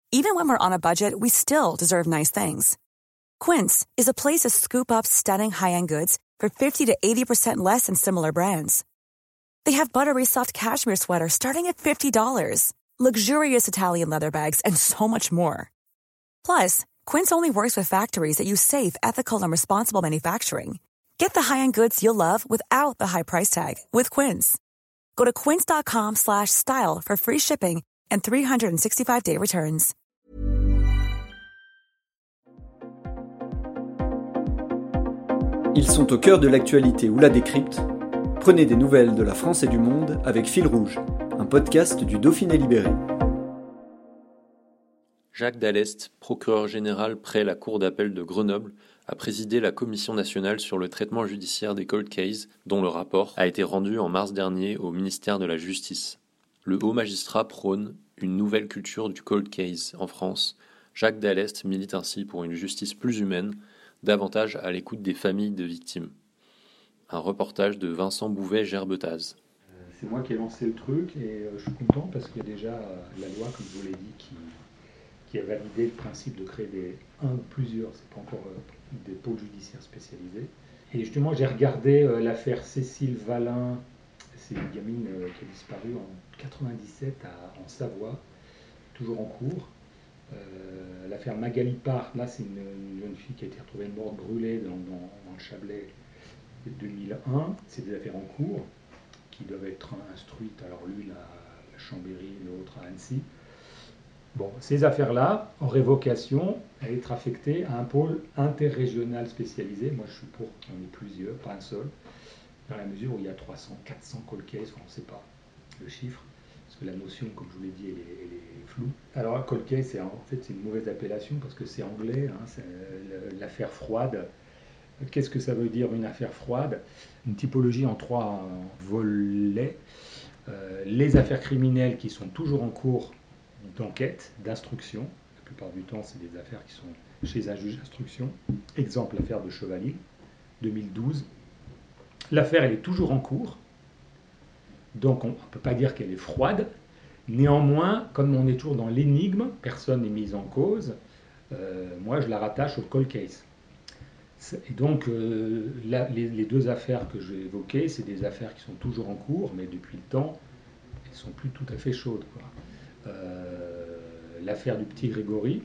Even when we're on a budget, we still deserve nice things. Quince is a place to scoop up stunning high-end goods for 50 to 80% less than similar brands. They have buttery soft cashmere sweaters starting at $50, luxurious Italian leather bags, and so much more. Plus, Quince only works with factories that use safe, ethical, and responsible manufacturing. Get the high-end goods you'll love without the high price tag with Quince. Go to quince.com/style for free shipping and 365-day returns. Ils sont au cœur de l'actualité ou la décrypte. Prenez des nouvelles de la France et du monde avec Fil Rouge, un podcast du Dauphiné Libéré. Jacques Dallest, procureur général près la Cour d'appel de Grenoble, a présidé la Commission nationale sur le traitement judiciaire des cold cases, dont le rapport a été rendu en mars dernier au ministère de la Justice. Le haut magistrat prône une nouvelle culture du cold case en France. Jacques Dallest milite ainsi pour une justice plus humaine, davantage à l'écoute des familles de victimes. Un reportage de Vincent Bouvet-Gerbetaz. C'est moi qui ai lancé le truc et je suis content parce qu'il y a déjà la loi, comme je vous l'ai dit, qui a validé le principe de créer un ou plusieurs, c'est pas encore des pôles judiciaires spécialisés. Et justement, j'ai regardé l'affaire Cécile Valin, c'est une gamine qui a disparu en 97 en Savoie, toujours en cours. L'affaire Magali Park, là c'est une jeune fille qui a été retrouvée morte brûlée dans le Chablais 2001. C'est des affaires en cours qui doivent être instruites, alors l'une à Chambéry, l'autre à Annecy. Bon, ces affaires-là auraient vocation à être affectées à un pôle interrégional spécialisé. Moi, je suis pour qu'il y en ait plusieurs, pas un seul, dans la mesure où il y a 300, 400 cold cases, on ne sait pas le chiffre, parce que la notion, comme je vous l'ai dit, elle est floue. Alors, cold case, c'est une mauvaise appellation, parce que c'est anglais, hein, c'est l'affaire froide. Qu'est-ce que ça veut dire, une affaire froide? Une typologie en 3 volets. Les affaires criminelles qui sont toujours en cours d'enquête, d'instruction. La plupart du temps, c'est des affaires qui sont chez un juge d'instruction. Exemple, l'affaire de Chevalier, 2012. L'affaire, elle est toujours en cours. Donc, on ne peut pas dire qu'elle est froide. Néanmoins, comme on est toujours dans l'énigme, personne n'est mis en cause, moi, je la rattache au cold case. Et donc, les 2 affaires que j'ai évoquées, c'est des affaires qui sont toujours en cours, mais depuis le temps, elles ne sont plus tout à fait chaudes, quoi. L'affaire du petit Grégory,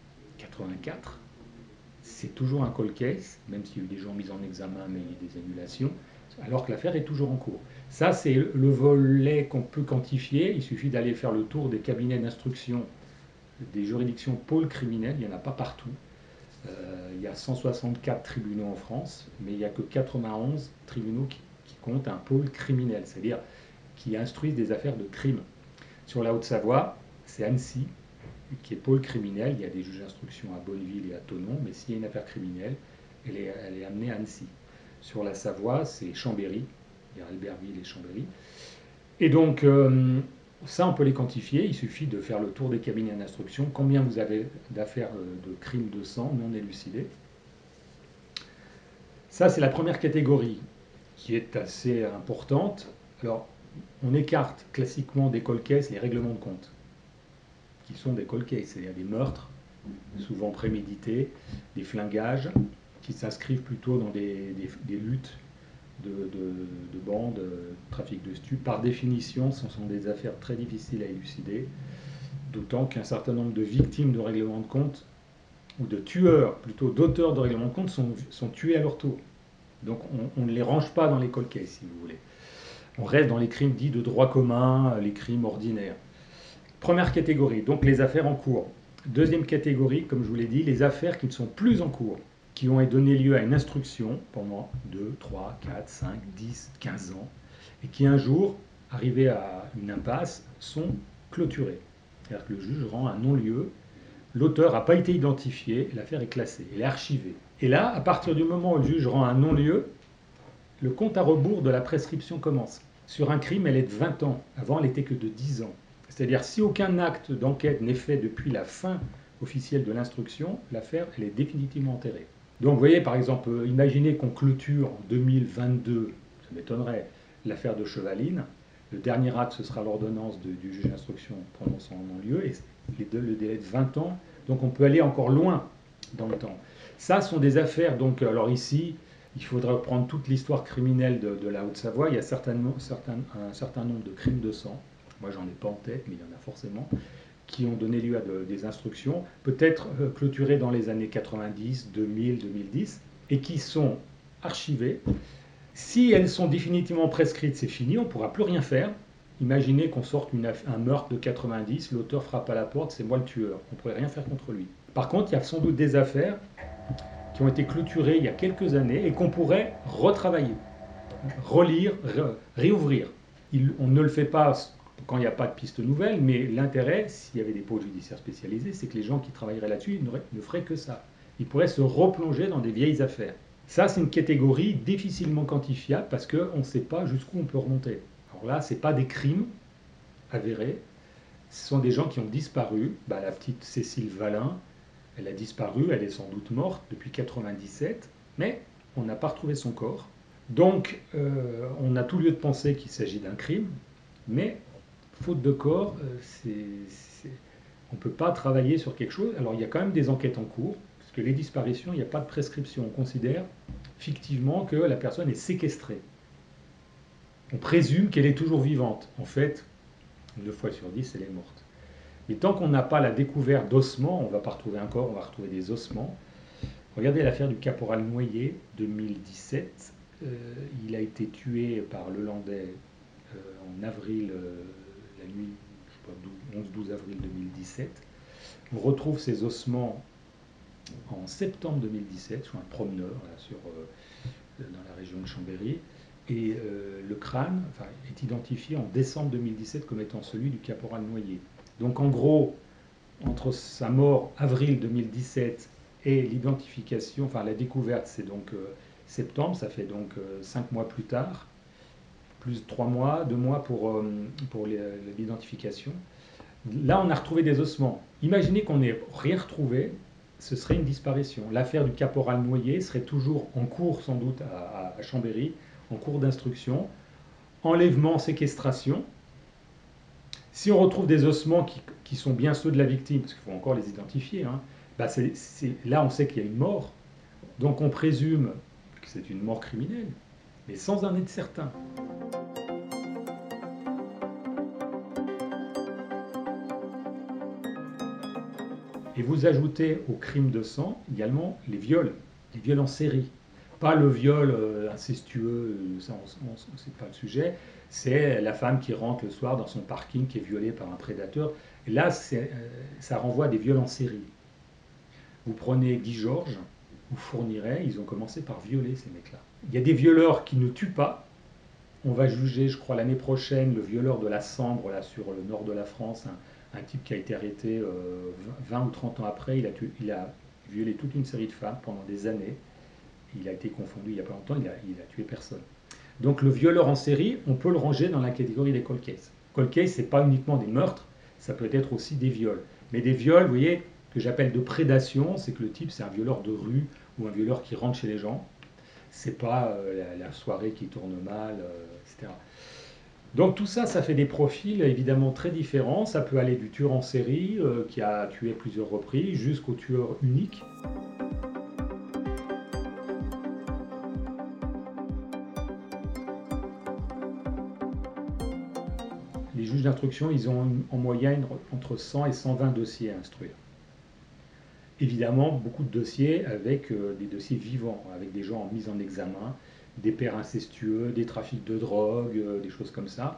84, c'est toujours un cold case, même s'il y a eu des gens mis en examen, mais il y a eu des annulations, alors que l'affaire est toujours en cours. Ça, c'est le volet qu'on peut quantifier. Il suffit d'aller faire le tour des cabinets d'instruction des juridictions pôles criminels. Il n'y en a pas partout. Il y a 164 tribunaux en France, mais il n'y a que 91 tribunaux qui comptent un pôle criminel, c'est-à-dire qui instruisent des affaires de crime. Sur la Haute-Savoie, c'est Annecy qui est pôle criminel. Il y a des juges d'instruction à Bonneville et à Thonon, mais s'il y a une affaire criminelle, elle est amenée à Annecy. Sur la Savoie, c'est Chambéry. Il y a Albertville et Chambéry. Et donc, ça, on peut les quantifier. Il suffit de faire le tour des cabinets d'instruction. Combien vous avez d'affaires de crimes de sang non élucidés? Ça, c'est la première catégorie qui est assez importante. Alors, on écarte classiquement des cold cases les règlements de compte, qui sont des cold cases, c'est-à-dire des meurtres, souvent prémédités, des flingages, qui s'inscrivent plutôt dans des luttes de bandes, trafic de stupes. Par définition, ce sont des affaires très difficiles à élucider, d'autant qu'un certain nombre de victimes de règlements de compte, ou de tueurs, plutôt d'auteurs de règlements de compte, sont tués à leur tour. Donc on ne les range pas dans les cold cases, si vous voulez. On reste dans les crimes dits de droit commun, les crimes ordinaires. Première catégorie, donc les affaires en cours. Deuxième catégorie, comme je vous l'ai dit, les affaires qui ne sont plus en cours, qui ont donné lieu à une instruction pendant 2, 3, 4, 5, 10, 15 ans, et qui un jour, arrivés à une impasse, sont clôturées. C'est-à-dire que le juge rend un non-lieu, l'auteur n'a pas été identifié, l'affaire est classée, elle est archivée. Et là, à partir du moment où le juge rend un non-lieu, le compte à rebours de la prescription commence. Sur un crime, elle est de 20 ans. Avant, elle n'était que de 10 ans. C'est-à-dire, si aucun acte d'enquête n'est fait depuis la fin officielle de l'instruction, l'affaire, elle est définitivement enterrée. Donc, vous voyez, par exemple, imaginez qu'on clôture en 2022, ça m'étonnerait, l'affaire de Chevaline. Le dernier acte, ce sera l'ordonnance du juge d'instruction prononçant en non-lieu, et le délai de 20 ans. Donc on peut aller encore loin dans le temps. Ça sont des affaires, donc alors ici, il faudrait reprendre toute l'histoire criminelle de la Haute-Savoie. Il y a un certain nombre de crimes de sang, moi j'en ai pas en tête, mais il y en a forcément, qui ont donné lieu à des instructions, peut-être clôturées dans les années 90, 2000, 2010, et qui sont archivées. Si elles sont définitivement prescrites, c'est fini, on ne pourra plus rien faire. Imaginez qu'on sorte un meurtre de 90, l'auteur frappe à la porte, c'est moi le tueur. On ne pourrait rien faire contre lui. Par contre, il y a sans doute des affaires qui ont été clôturées il y a quelques années et qu'on pourrait retravailler, relire, réouvrir. On ne le fait pas quand il n'y a pas de piste nouvelle, mais l'intérêt, s'il y avait des pôles judiciaires spécialisés, c'est que les gens qui travailleraient là-dessus ne feraient que ça. Ils pourraient se replonger dans des vieilles affaires. Ça, c'est une catégorie difficilement quantifiable parce qu'on ne sait pas jusqu'où on peut remonter. Alors là, ce n'est pas des crimes avérés, ce sont des gens qui ont disparu. La petite Cécile Valin, elle a disparu, elle est sans doute morte depuis 1997, mais on n'a pas retrouvé son corps. Donc, on a tout lieu de penser qu'il s'agit d'un crime, mais faute de corps, on ne peut pas travailler sur quelque chose. Alors, il y a quand même des enquêtes en cours, parce que les disparitions, il n'y a pas de prescription. On considère fictivement que la personne est séquestrée. On présume qu'elle est toujours vivante. En fait, 9 fois sur 10, elle est morte. Mais tant qu'on n'a pas la découverte d'ossements, on ne va pas retrouver un corps, on va retrouver des ossements. Regardez l'affaire du caporal Noyer, 2017. Il a été tué par le Landais en avril, la nuit, 11-12 avril 2017. On retrouve ces ossements en septembre 2017 sur un promeneur dans la région de Chambéry. Et le crâne est identifié en décembre 2017 comme étant celui du caporal Noyer. Donc en gros, entre sa mort avril 2017 et l'identification, la découverte, c'est donc septembre, ça fait donc 5 mois plus tard, plus 3 mois, 2 mois pour l'identification. Là, on a retrouvé des ossements. Imaginez qu'on n'ait rien retrouvé, ce serait une disparition. L'affaire du caporal Noyer serait toujours en cours, sans doute, à Chambéry, en cours d'instruction. Enlèvement, séquestration. Si on retrouve des ossements qui sont bien ceux de la victime, parce qu'il faut encore les identifier, là on sait qu'il y a une mort, donc on présume que c'est une mort criminelle, mais sans en être certain. Et vous ajoutez au crime de sang également les viols en série. Pas le viol incestueux, ça c'est pas le sujet, c'est la femme qui rentre le soir dans son parking qui est violée par un prédateur. Et là, ça renvoie à des viols en série. Vous prenez Guy Georges ou Fourniret, ils ont commencé par violer ces mecs-là. Il y a des violeurs qui ne tuent pas. On va juger, je crois, l'année prochaine, le violeur de la Sambre, là, sur le nord de la France, un type qui a été arrêté 20 ou 30 ans après. Il a violé toute une série de femmes pendant des années. Il a été confondu il n'y a pas longtemps, il a tué personne. Donc le violeur en série, on peut le ranger dans la catégorie des cold cases. Cold case, ce n'est pas uniquement des meurtres, ça peut être aussi des viols. Mais des viols, vous voyez, que j'appelle de prédation, c'est que le type, c'est un violeur de rue ou un violeur qui rentre chez les gens. C'est pas la soirée qui tourne mal, etc. Donc tout ça, ça fait des profils évidemment très différents. Ça peut aller du tueur en série qui a tué plusieurs reprises jusqu'au tueur unique. Les juges d'instruction, ils ont en moyenne entre 100 et 120 dossiers à instruire. Évidemment, beaucoup de dossiers avec des dossiers vivants, avec des gens mis en examen, des pères incestueux, des trafics de drogue, des choses comme ça.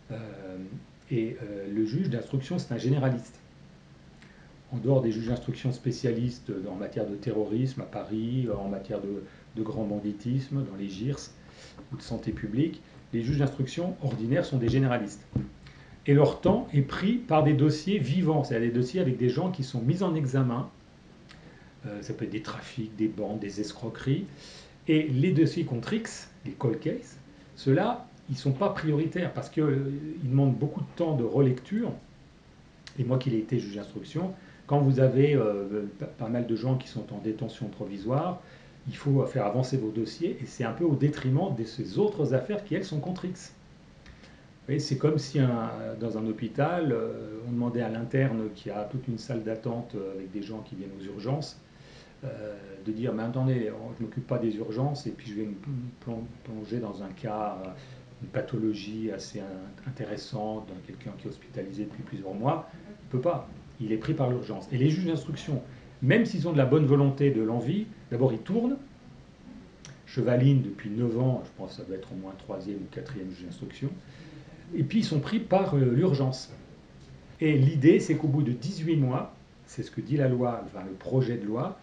Le juge d'instruction, c'est un généraliste. En dehors des juges d'instruction spécialistes en matière de terrorisme à Paris, en matière de grand banditisme, dans les GIRS ou de santé publique, les juges d'instruction ordinaires sont des généralistes. Et leur temps est pris par des dossiers vivants, c'est-à-dire des dossiers avec des gens qui sont mis en examen. Ça peut être des trafics, des bandes, des escroqueries. Et les dossiers contre X, les cold cases, ceux-là, ils ne sont pas prioritaires parce qu'ils demandent beaucoup de temps de relecture. Et moi qui l'ai été juge d'instruction, quand vous avez pas mal de gens qui sont en détention provisoire, il faut faire avancer vos dossiers et c'est un peu au détriment de ces autres affaires qui, elles, sont contre X. voyez, c'est comme si dans un hôpital, on demandait à l'interne qui a toute une salle d'attente avec des gens qui viennent aux urgences, de dire, mais attendez, je ne m'occupe pas des urgences et puis je vais me plonger dans un cas, une pathologie assez intéressante, dans quelqu'un qui est hospitalisé depuis plusieurs mois. Il ne peut pas, il est pris par l'urgence. Et les juges d'instruction, même s'ils ont de la bonne volonté, de l'envie, d'abord ils tournent, chevalinent depuis 9 ans, je pense que ça doit être au moins 3e ou 4e juge d'instruction, et puis ils sont pris par l'urgence. Et l'idée, c'est qu'au bout de 18 mois, c'est ce que dit la loi, enfin le projet de loi,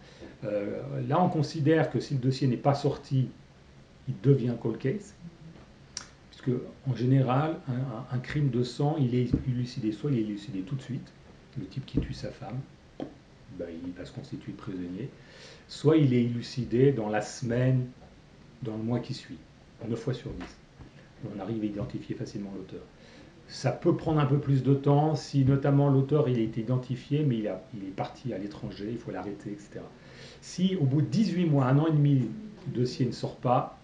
là on considère que si le dossier n'est pas sorti, il devient cold case, puisque en général, un crime de sang, il est élucidé, soit il est élucidé tout de suite, le type qui tue sa femme, ben, il va se constituer prisonnier, soit il est élucidé dans la semaine, dans le mois qui suit, 9 fois sur 10. On arrive à identifier facilement l'auteur. Ça peut prendre un peu plus de temps si notamment l'auteur il a été identifié mais il est parti à l'étranger, il faut l'arrêter, etc. Si au bout de 18 mois, 1 an et demi, le dossier ne sort pas,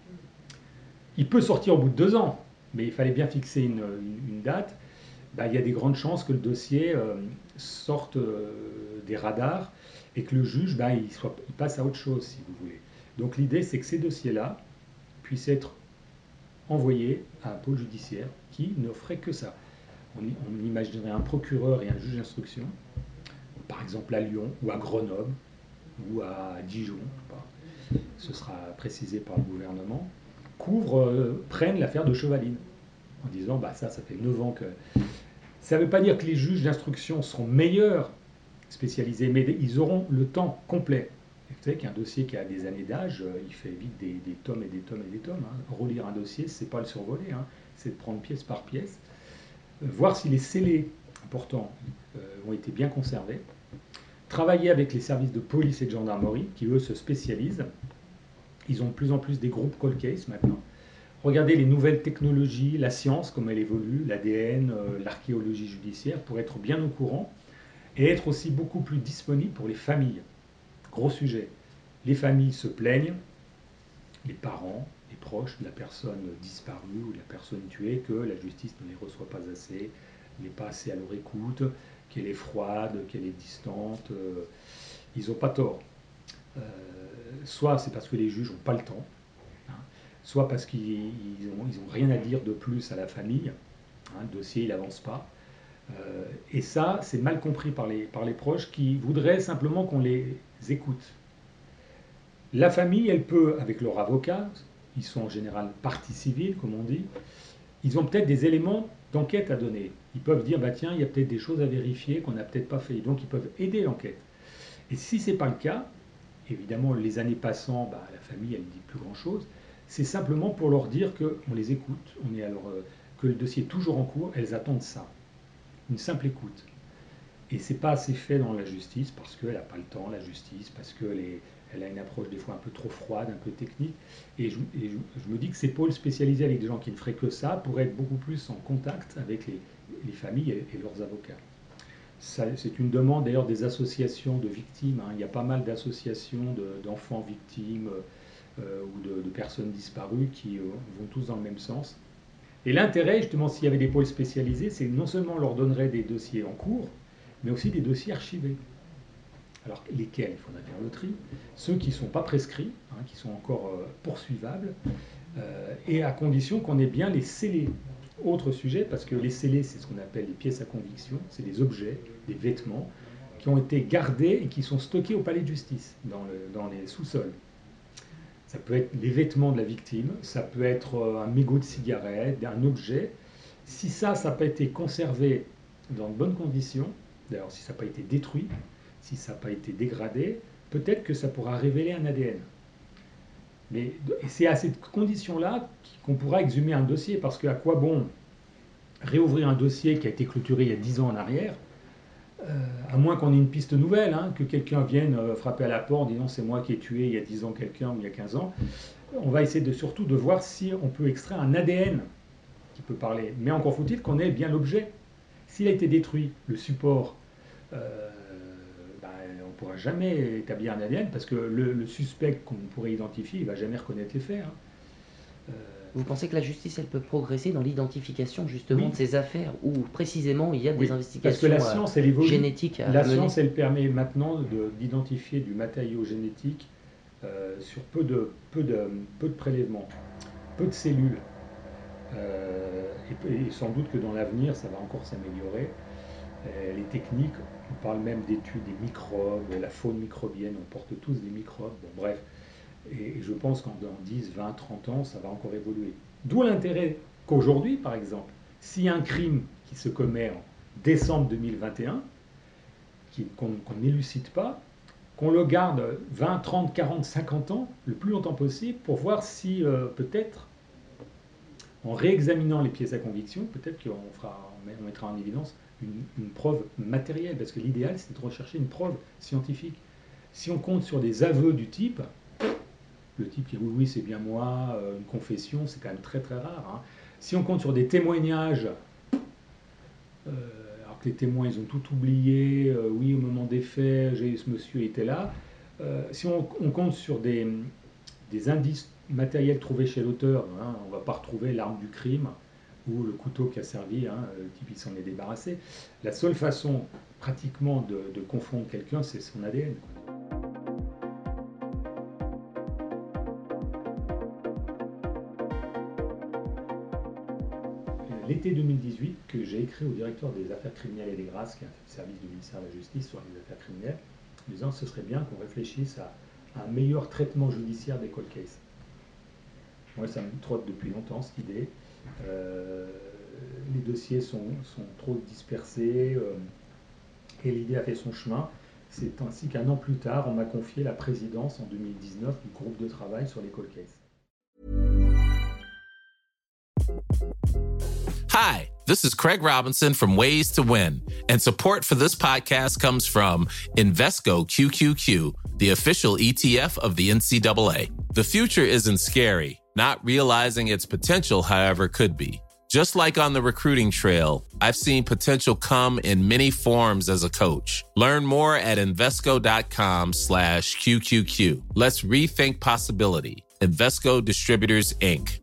il peut sortir au bout de 2 ans, mais il fallait bien fixer une date, ben, il y a des grandes chances que le dossier sorte des radars et que le juge ben, il passe à autre chose si vous voulez. Donc l'idée c'est que ces dossiers-là puissent être envoyés à un pôle judiciaire qui ne ferait que ça. On imaginerait un procureur et un juge d'instruction, par exemple à Lyon ou à Grenoble ou à Dijon, ce sera précisé par le gouvernement, prennent l'affaire de Chevaline en disant bah ça fait 9 ans que... Ça ne veut pas dire que les juges d'instruction seront meilleurs spécialisés, mais ils auront le temps complet. Vous savez qu'un dossier qui a des années d'âge, il fait vite des tomes et des tomes et des tomes. Hein. Relire un dossier, c'est pas le survoler, hein. C'est de prendre pièce par pièce, voir si les scellés importants ont été bien conservés, travailler avec les services de police et de gendarmerie, qui eux se spécialisent. Ils ont de plus en plus des groupes cold case maintenant. Regardez les nouvelles technologies, la science, comme elle évolue, l'ADN, l'archéologie judiciaire, pour être bien au courant et être aussi beaucoup plus disponible pour les familles. Gros sujet. Les familles se plaignent, les parents, les proches de la personne disparue ou de la personne tuée, que la justice ne les reçoit pas assez, n'est pas assez à leur écoute, qu'elle est froide, qu'elle est distante. Ils n'ont pas tort. Soit c'est parce que les juges n'ont pas le temps, soit parce qu'ils n'ont rien à dire de plus à la famille, hein, le dossier il n'avance pas. Et ça, c'est mal compris par les proches qui voudraient simplement qu'on les écoute. La famille, elle peut, avec leur avocat, ils sont en général partie civile, comme on dit, ils ont peut-être des éléments d'enquête à donner. Ils peuvent dire, bah tiens, il y a peut-être des choses à vérifier qu'on n'a peut-être pas fait. Donc ils peuvent aider l'enquête. Et si ce n'est pas le cas, évidemment, les années passant, bah, la famille, elle ne dit plus grand-chose. C'est simplement pour leur dire qu'on les écoute, que le dossier est toujours en cours, elles attendent ça. Une simple écoute. Et c'est pas assez fait dans la justice parce qu'elle n'a pas le temps, la justice, parce qu'elle a une approche des fois un peu trop froide, un peu technique. Et je me dis que ces pôles spécialisés avec des gens qui ne feraient que ça pourraient être beaucoup plus en contact avec les familles et leurs avocats. C'est une demande d'ailleurs des associations de victimes. Hein. Il y a pas mal d'associations d'enfants victimes ou de personnes disparues qui vont tous dans le même sens. Et l'intérêt, justement, s'il y avait des pôles spécialisés, c'est que non seulement on leur donnerait des dossiers en cours, mais aussi des dossiers archivés. Alors, lesquels il faudra faire le tri. Ceux qui ne sont pas prescrits, hein, qui sont encore poursuivables, et à condition qu'on ait bien les scellés. Autre sujet, parce que les scellés, c'est ce qu'on appelle les pièces à conviction, c'est des objets, des vêtements, qui ont été gardés et qui sont stockés au palais de justice, dans les sous-sols. Ça peut être les vêtements de la victime, ça peut être un mégot de cigarette, un objet. Si ça n'a pas été conservé dans de bonnes conditions, d'ailleurs si ça n'a pas été détruit, si ça n'a pas été dégradé, peut-être que ça pourra révéler un ADN. Mais c'est à cette condition-là qu'on pourra exhumer un dossier, parce qu'à quoi bon réouvrir un dossier qui a été clôturé il y a 10 ans en arrière, à moins qu'on ait une piste nouvelle, hein, que quelqu'un vienne frapper à la porte en disant c'est moi qui ai tué il y a 10 ans quelqu'un ou il y a 15 ans, on va essayer surtout de voir si on peut extraire un ADN qui peut parler. Mais encore faut-il qu'on ait bien l'objet. S'il a été détruit, le support, on ne pourra jamais établir un ADN parce que le suspect qu'on pourrait identifier, il ne va jamais reconnaître les faits. Hein. Vous pensez que la justice, elle peut progresser dans l'identification justement de ces affaires où précisément il y a des investigations parce que la science, elle évolue. Génétiques à La mener. science, elle permet maintenant d'identifier du matériau génétique sur peu de prélèvements, peu de cellules. Et sans doute que dans l'avenir, ça va encore s'améliorer. Les techniques, on parle même d'études des microbes, la faune microbienne, on porte tous des microbes, bon bref. Et je pense qu'en 10, 20, 30 ans, ça va encore évoluer. D'où l'intérêt qu'aujourd'hui, par exemple, s'il y a un crime qui se commet en décembre 2021, qu'on n'élucide pas, qu'on le garde 20, 30, 40, 50 ans, le plus longtemps possible, pour voir si peut-être, en réexaminant les pièces à conviction, peut-être qu'on mettra en évidence une preuve matérielle, parce que l'idéal, c'est de rechercher une preuve scientifique. Si on compte sur des aveux du type, le type qui dit oui, c'est bien moi, une confession, c'est quand même très très rare. Hein. Si on compte sur des témoignages, alors que les témoins, ils ont tout oublié, oui, au moment des faits, ce monsieur était là. Si on compte sur des indices matériels trouvés chez l'auteur, hein, on ne va pas retrouver l'arme du crime ou le couteau qui a servi, hein, le type il s'en est débarrassé. La seule façon pratiquement de confondre quelqu'un, c'est son ADN. L'été 2018, que j'ai écrit au directeur des affaires criminelles et des grâces, qui est un service du ministère de la Justice sur les affaires criminelles, en disant que ce serait bien qu'on réfléchisse à un meilleur traitement judiciaire des cold cases. Moi, ça me trotte depuis longtemps, cette idée. Les dossiers sont trop dispersés et l'idée a fait son chemin. C'est ainsi qu'un an plus tard, on m'a confié la présidence en 2019 du groupe de travail sur les cold cases. Hi, this is Craig Robinson from Ways to Win, and support for this podcast comes from Invesco QQQ, the official ETF of the NCAA. The future isn't scary. Not realizing its potential, however, could be. Just like on the recruiting trail, I've seen potential come in many forms as a coach. Learn more at Invesco.com/QQQ. Let's rethink possibility. Invesco Distributors, Inc.